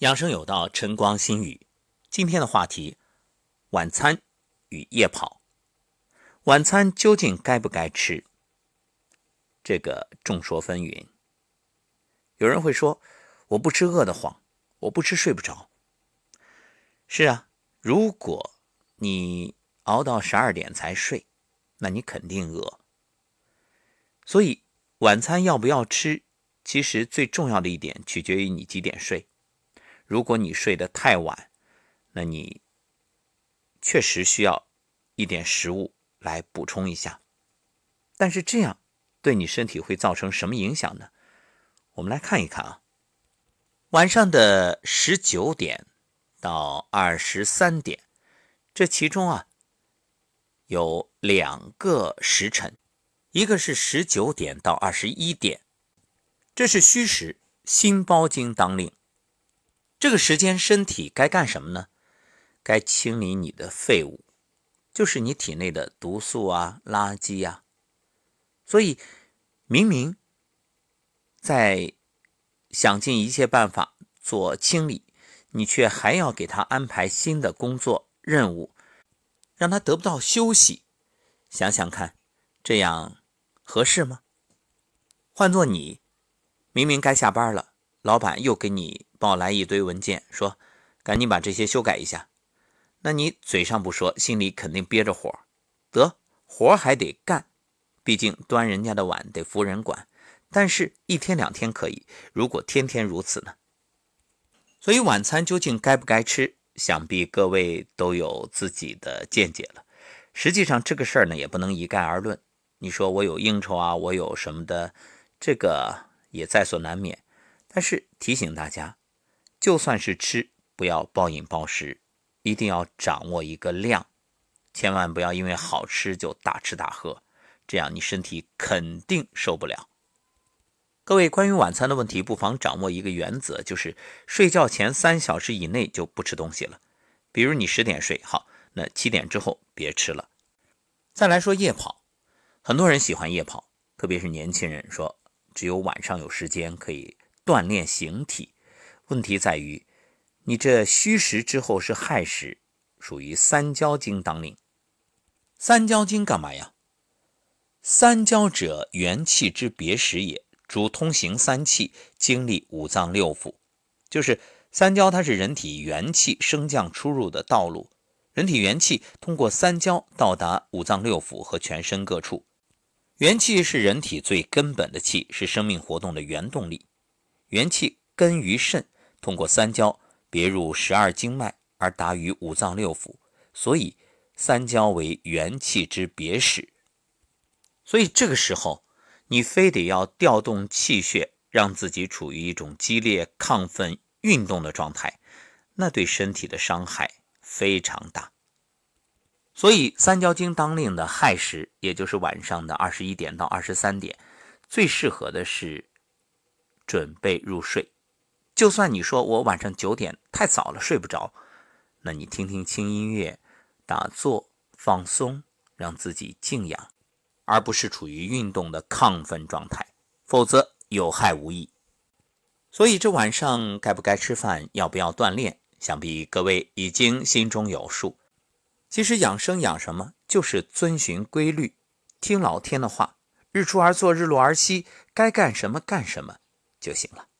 养生有道，晨光新语。今天的话题：晚餐与夜跑。晚餐究竟该不该吃？这个众说纷纭。有人会说，我不吃饿得慌，我不吃睡不着。是啊，如果你熬到12点才睡，那你肯定饿。所以晚餐要不要吃，其实最重要的一点取决于你几点睡。如果你睡得太晚，那你确实需要一点食物来补充一下。但是这样对你身体会造成什么影响呢？我们来看一看啊。晚上的19点到23点，这其中啊有2个时辰，一个是19点到21点，这是虚时，心包经当令。这个时间身体该干什么呢？该清理你的废物，就是你体内的毒素啊、垃圾啊。所以明明在想尽一切办法做清理，你却还要给他安排新的工作任务，让他得不到休息。想想看，这样合适吗？换做你，明明该下班了，老板又给你报来一堆文件，说赶紧把这些修改一下。那你嘴上不说，心里肯定憋着火，活还得干，毕竟端人家的碗得服人管。但是1天2天可以，如果天天如此呢？所以晚餐究竟该不该吃，想必各位都有自己的见解了。实际上这个事儿呢，也不能一概而论。你说我有应酬啊，我有什么的，这个也在所难免。但是提醒大家，就算是吃，不要暴饮暴食，一定要掌握一个量，千万不要因为好吃就大吃大喝，这样你身体肯定受不了。各位，关于晚餐的问题，不妨掌握一个原则，就是睡觉前3小时以内就不吃东西了。比如你10点睡，好，那7点之后别吃了。再来说夜跑，很多人喜欢夜跑，特别是年轻人，说只有晚上有时间可以锻炼形体。问题在于，你这虚时之后是亥时，属于三焦经当令。三焦经干嘛呀？三焦者，元气之别时也，主通行三气，经历五脏六腑。就是三焦，它是人体元气升降出入的道路。人体元气通过三焦到达五脏六腑和全身各处。元气是人体最根本的气，是生命活动的原动力。元气根于肾，通过三焦别入12经脉而达于五脏六腑，所以三焦为元气之别始。所以这个时候你非得要调动气血，让自己处于一种激烈亢奋运动的状态，那对身体的伤害非常大。所以三焦经当令的亥时，也就是晚上的21点到23点，最适合的是准备入睡。就算你说我晚上9点太早了睡不着，那你听听轻音乐，打坐放松，让自己静养，而不是处于运动的亢奋状态，否则有害无益。所以这晚上该不该吃饭，要不要锻炼，想必各位已经心中有数。其实养生养什么，就是遵循规律，听老天的话，日出而作，日落而息，该干什么干什么就行了。